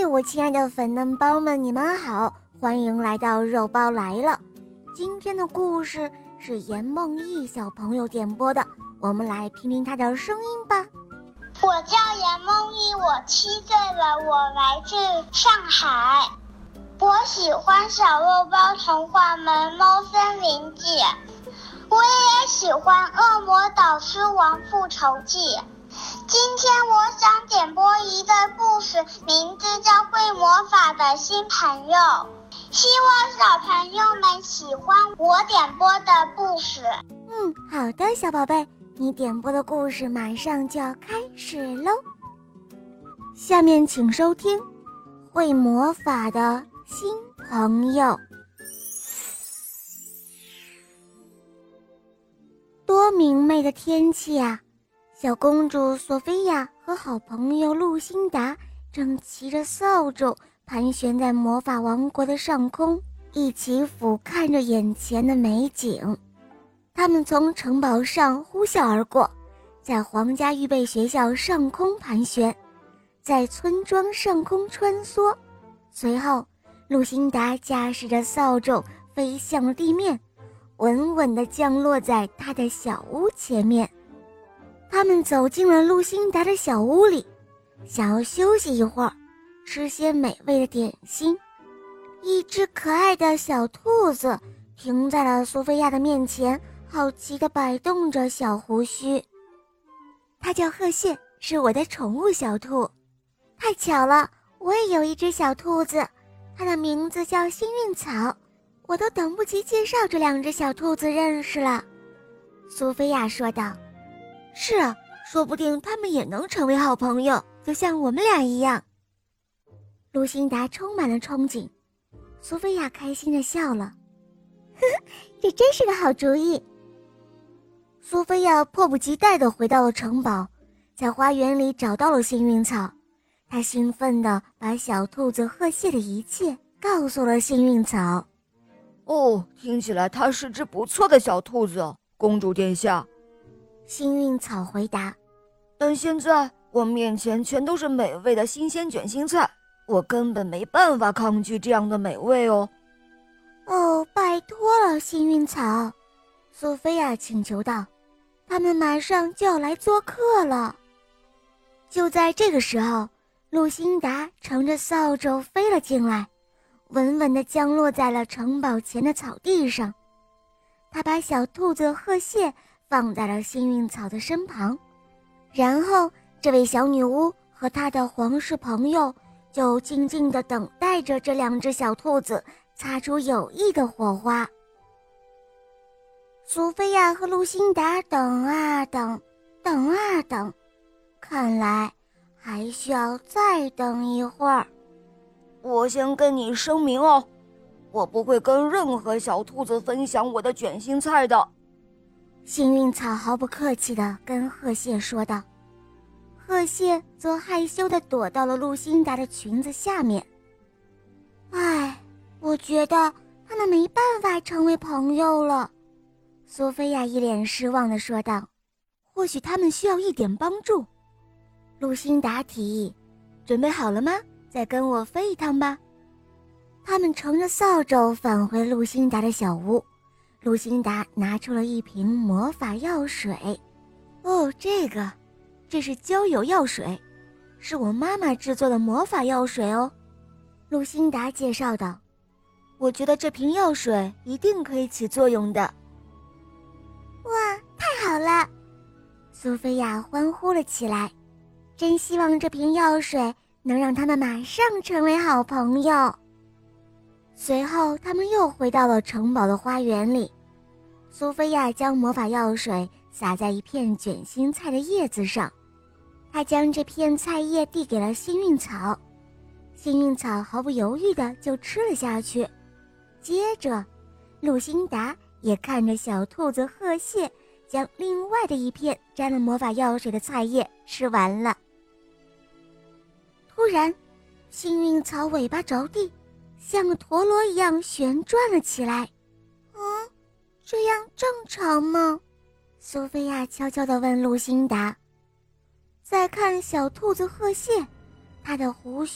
嘿，我亲爱的粉嫩包们，你们好，欢迎来到肉包来了。今天的故事是严梦毅小朋友点播的，我们来听听他的声音吧。 我叫严梦毅，我7岁了，我来自上海。我喜欢小肉包童话《萌猫森林记》，我也喜欢《恶魔导师王复仇记》。今天我想点播一个故事，名字叫《会魔法的新朋友》，希望小朋友们喜欢我点播的故事。 好的，小宝贝，你点播的故事马上就要开始喽。下面请收听《会魔法的新朋友》。多明媚的天气啊！小公主索菲亚和好朋友露辛达正骑着扫帚盘旋在魔法王国的上空，一起俯瞰着眼前的美景。他们从城堡上呼啸而过，在皇家预备学校上空盘旋，在村庄上空穿梭。随后，露辛达驾驶着扫帚飞向了地面，稳稳地降落在她的小屋前面。他们走进了露辛达的小屋里，想要休息一会儿，吃些美味的点心。一只可爱的小兔子停在了苏菲亚的面前，好奇地摆动着小胡须。它叫鹤蟹，是我的宠物小兔。太巧了，我也有一只小兔子，它的名字叫幸运草，我都等不及介绍这2只小兔子认识了。苏菲亚说道。是啊，说不定他们也能成为好朋友，就像我们俩一样。露辛达充满了憧憬，苏菲亚开心地笑了。呵呵，这真是个好主意。苏菲亚迫不及待地回到了城堡，在花园里找到了幸运草。她兴奋地把小兔子鹤蟹的一切告诉了幸运草。 哦，听起来它是只不错的小兔子，公主殿下。 幸运草回答， 但现在我面前全都是美味的新鲜卷心菜，我根本没办法抗拒这样的美味哦。 哦，拜托了，幸运草，苏菲亚请求道，他们马上就要来做客了。就在这个时候，露辛达乘着扫帚飞了进来，稳稳地降落在了城堡前的草地上。他把小兔子鹤蟹放在了幸运草的身旁，然后这位小女巫和她的皇室朋友就静静地等待着这2只小兔子擦出有益的火花。苏菲亚和露辛达等啊等，等啊等，看来还需要再等一会儿。 我先跟你声明哦，我不会跟任何小兔子分享我的卷心菜的。 幸运草毫不客气地跟鹤蟹说道，鹤蟹则害羞地躲到了露辛达的裙子下面。唉，我觉得他们没办法成为朋友了，苏菲亚一脸失望地说道。或许他们需要一点帮助。露辛达提议，准备好了吗？再跟我飞一趟吧。他们乘着扫帚返回露辛达的小屋。露辛达拿出了一瓶魔法药水。哦，这是焦油药水，是我妈妈制作的魔法药水哦。露辛达介绍道，我觉得这瓶药水一定可以起作用的。哇，太好了！苏菲亚欢呼了起来，真希望这瓶药水能让他们马上成为好朋友。随后他们又回到了城堡的花园里，苏菲亚将魔法药水洒在一片卷心菜的叶子上，她将这片菜叶递给了幸运草，幸运草毫不犹豫地就吃了下去。接着露辛达也看着小兔子鹤蟹将另外的一片沾了魔法药水的菜叶吃完了。突然，幸运草尾巴着地，像个陀螺一样旋转了起来。这样正常吗？苏菲亚悄悄地问露辛达。再看小兔子鹤蟹，它的胡须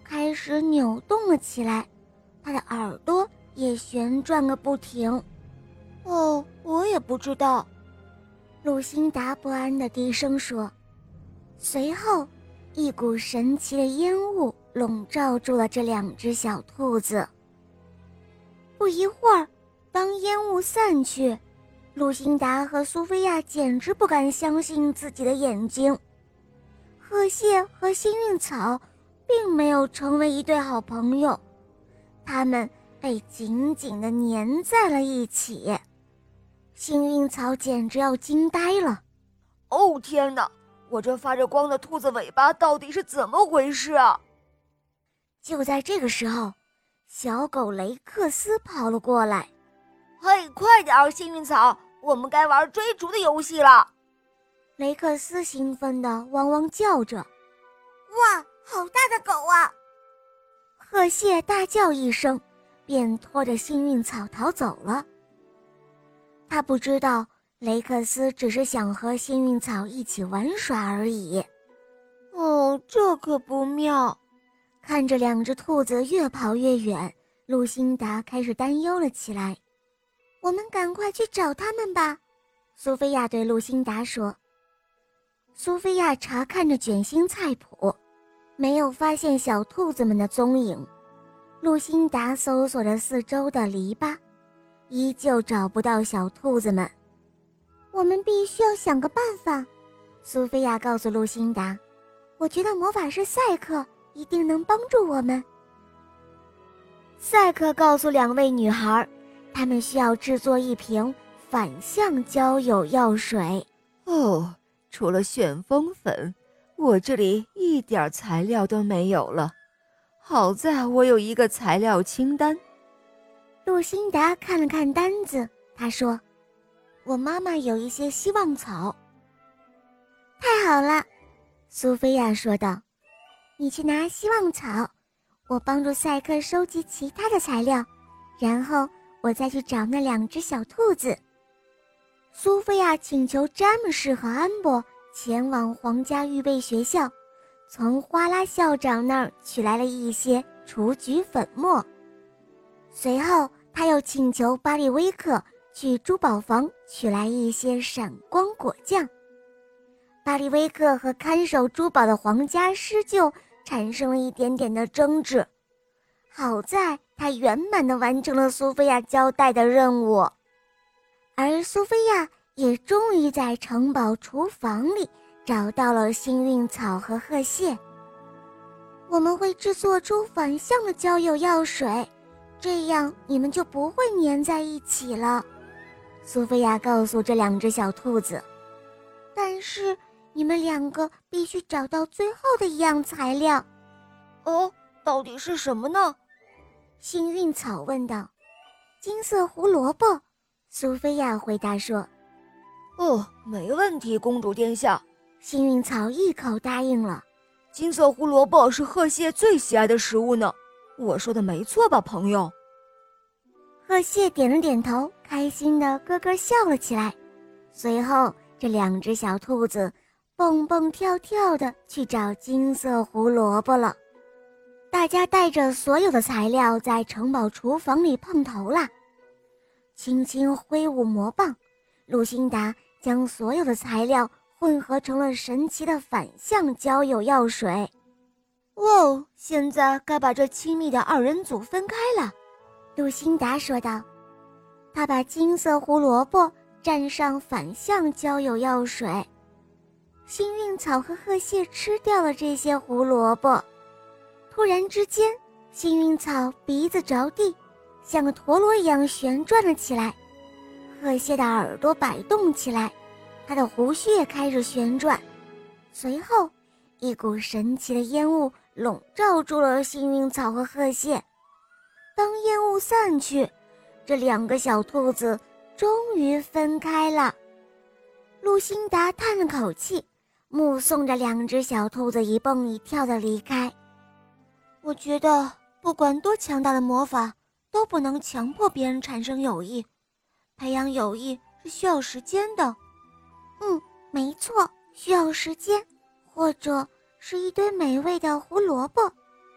开始扭动了起来，他的耳朵也旋转个不停。 哦，我也不知道， 露辛达不安地低声说。随后，一股神奇的烟雾笼罩住了这两只小兔子。不一会儿，当烟雾散去，露辛达和苏菲亚简直不敢相信自己的眼睛。鹤蟹和幸运草并没有成为一对好朋友，他们被紧紧地粘在了一起。幸运草简直要惊呆了。 哦天哪，我这发着光的兔子尾巴到底是怎么回事啊？ 就在这个时候，小狗雷克斯跑了过来。 嘿，快点儿，幸运草，我们该玩追逐的游戏了。 雷克斯兴奋地汪汪叫着。哇，好大的狗啊！鹤蟹大叫一声，便拖着幸运草逃走了。他不知道雷克斯只是想和幸运草一起玩耍而已。 哦，这可不妙。 看着两只兔子越跑越远，露辛达开始担忧了起来。我们赶快去找他们吧，苏菲亚对露辛达说。苏菲亚查看着卷心菜谱，没有发现小兔子们的踪影。露辛达搜索着四周的篱笆，依旧找不到小兔子们。我们必须要想个办法，苏菲亚告诉露辛达。我觉得魔法师赛克一定能帮助我们。赛克告诉两位女孩，她们需要制作一瓶反向交友药水。 哦，除了旋风粉，我这里一点材料都没有了。好在我有一个材料清单。 露辛达看了看单子，她说：“我妈妈有一些希望草。”太好了，苏菲亚说道。你去拿希望草，我帮助赛克收集其他的材料，然后我再去找那两只小兔子。苏菲亚请求詹姆士和安博前往皇家预备学校，从花拉校长那儿取来了一些雏菊粉末。随后他又请求巴利威克去珠宝房取来一些闪光果酱。巴利威克和看守珠宝的皇家狮鹫产生了一点点的争执，好在他圆满地完成了苏菲亚交代的任务。而苏菲亚也终于在城堡厨房里找到了幸运草和鹤蟹。我们会制作出反向的交友药水，这样你们就不会粘在一起了，苏菲亚告诉这两只小兔子。但是你们两个必须找到最后的一样材料。 哦，到底是什么呢？ 幸运草问道。金色胡萝卜，苏菲亚回答说。 哦，没问题，公主殿下。 幸运草一口答应了。 金色胡萝卜是鹤蟹最喜爱的食物呢，我说的没错吧，朋友？ 鹤蟹点了点头，开心地咯咯笑了起来。随后这两只小兔子蹦蹦跳跳地去找金色胡萝卜了。大家带着所有的材料在城堡厨房里碰头啦。轻轻挥舞魔棒，露辛达将所有的材料混合成了神奇的反向交友药水。 哦，现在该把这亲密的二人组分开了， 露辛达说道。她把金色胡萝卜蘸上反向交友药水。幸运草和鹤蟹吃掉了这些胡萝卜。突然之间，幸运草鼻子着地，像个陀螺一样旋转了起来。鹤蟹的耳朵摆动起来，它的胡须也开始旋转。随后，一股神奇的烟雾笼罩住了幸运草和鹤蟹。当烟雾散去，这两个小兔子终于分开了。露辛达叹了口气，目送着两只小兔子一蹦一跳地离开。我觉得不管多强大的魔法，都不能强迫别人产生友谊。培养友谊是需要时间的。没错，需要时间，或者是一堆美味的胡萝卜。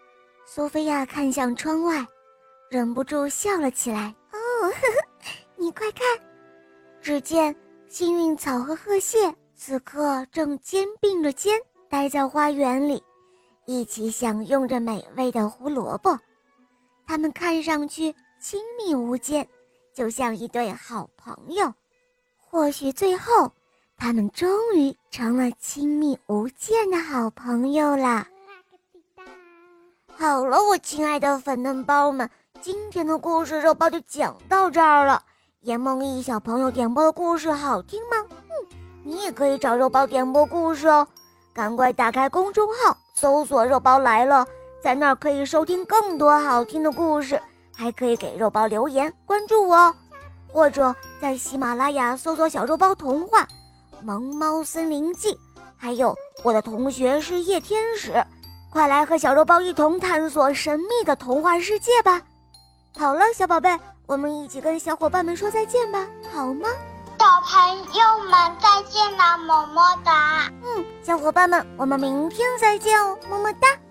苏菲亚看向窗外，忍不住笑了起来。哦，呵呵，你快看！只见幸运草和鹤蟹此刻正肩并着肩待在花园里，一起享用着美味的胡萝卜。它们看上去亲密无间，就像一对好朋友。或许最后，他们终于成了亲密无间的好朋友啦。好了，我亲爱的粉嫩包们，今天的故事肉包就讲到这儿了。严梦忆小朋友点播的故事好听吗？你也可以找肉包点播故事哦。赶快打开公众号，搜索肉包来了，在那儿可以收听更多好听的故事，还可以给肉包留言关注我哦。或者在喜马拉雅搜索小肉包童话《萌猫森林记》，还有我的同学是夜天使，快来和小肉包一同探索神秘的童话世界吧。好了，小宝贝，我们一起跟小伙伴们说再见吧，好吗？ 小朋友们再见了，么么哒。 小伙伴们，我们明天再见哦，么么哒。